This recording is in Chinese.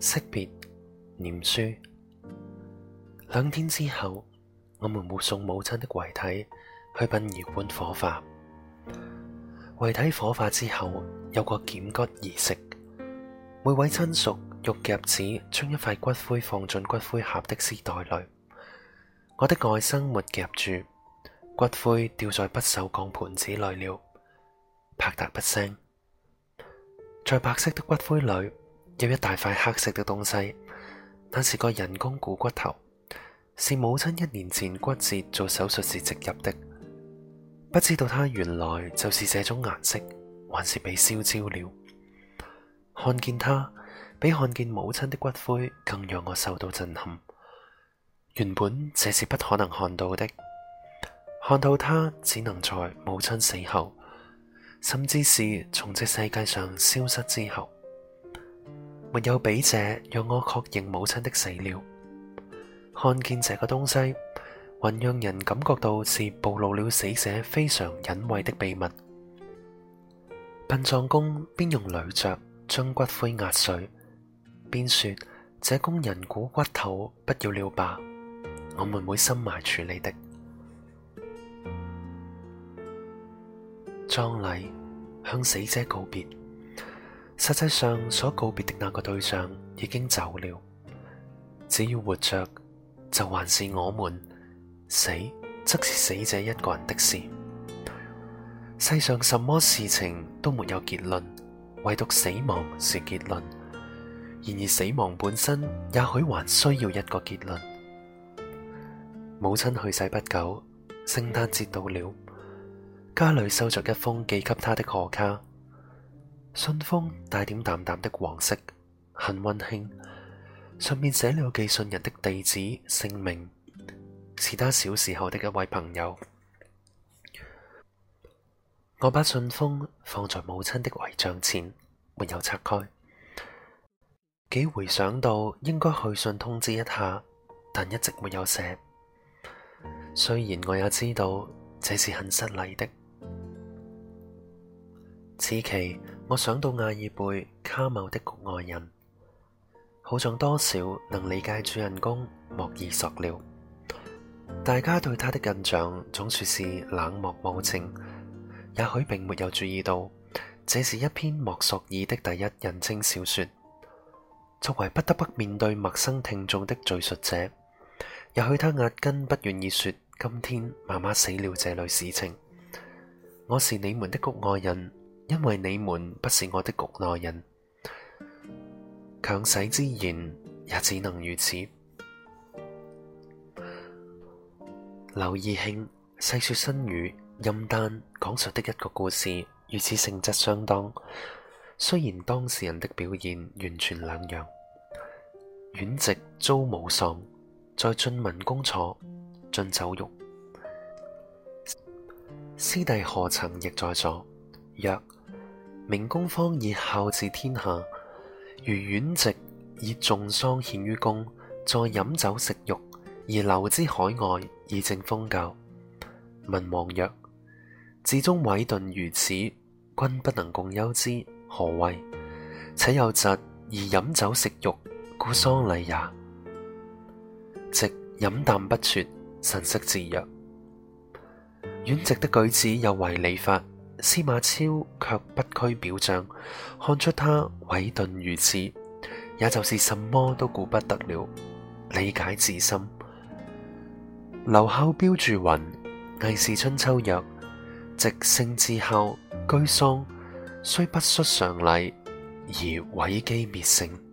惜別、念書。2天之後，我們護送母親的遺體去殯儀館火化。遺體火化之後，有個檢骨儀式，每位親屬用夾子將一塊骨灰放進骨灰盒的絲袋裏。我的外甥沒夾住，骨灰掉在不鏽鋼盤子裏了，啪嗒一聲。在白色的骨灰裏有一大塊黑色的東西，那是個人工股骨頭，是母親1年前骨折做手術時植入的。不知道它原來就是這種顏色，還是被燒焦了。看見它，比看見母親的骨灰更讓我受到震撼。原本這是不可能看到的，看到它只能在母親死後，甚至是從這世界上消失之後。沒有比這讓我確認母親的死了。看見這個東西，還讓人感覺到是暴露了死者非常隱晦的秘密。殯葬工邊用鋁鑿將骨灰壓碎，邊說這工人股骨頭不要了吧，我們會深埋處理的。葬禮向死者告別，實際上所告別的那個對象已經走了，只要活着就還是我們，死則是死者一個人的事。世上什麼事情都沒有結論，唯獨死亡是結論。然而死亡本身也許還需要一個結論。母親去世不久，聖誕節到了，家裏收着一封寄給她的賀卡，信封帶點淡淡的黃色，很溫馨，上面寫了寄信人的地址、姓名，是他小時候的一位朋友。我把信封放在母親的遺像前，沒有拆開。幾回想到應該去信通知一下，但一直沒有寫。雖然我也知道這是很失禮的。此期我想到亞爾貝卡繆的局外人，好像多少能理解主人公莫爾索了。大家對他的印象總說是冷漠無情，也許並沒有注意到這是一篇莫索爾的第一人稱小說。作為不得不面對陌生聽眾的敘述者，也許他壓根不願意說今天媽媽死了這類事情。我是你們的局外人，因為你們不是我的局內人。強使之言也只能如此。劉義慶細說新語陰丹講述的一個故事，與此性質相當，雖然當事人的表現完全兩樣。阮籍遭母喪，在晉文公坐，進酒肉。師弟何曾亦在座，曰：明公方以孝治天下，如阮籍以重喪獻於公，在飲酒食肉，而流之海外，以正風教。文王曰：至忠委頓如此，君不能共憂之，何謂？且有疾而飲酒食肉，故喪禮也。籍飲啖不啜，神色自若。阮籍的舉止有違禮法，司馬昭卻不拘表彰，看出他委頓如此，也就是什麼都顧不得了，理解至深。劉孝標注云：魏氏春秋曰，籍性至孝，居喪雖不率常禮，而毀機滅性。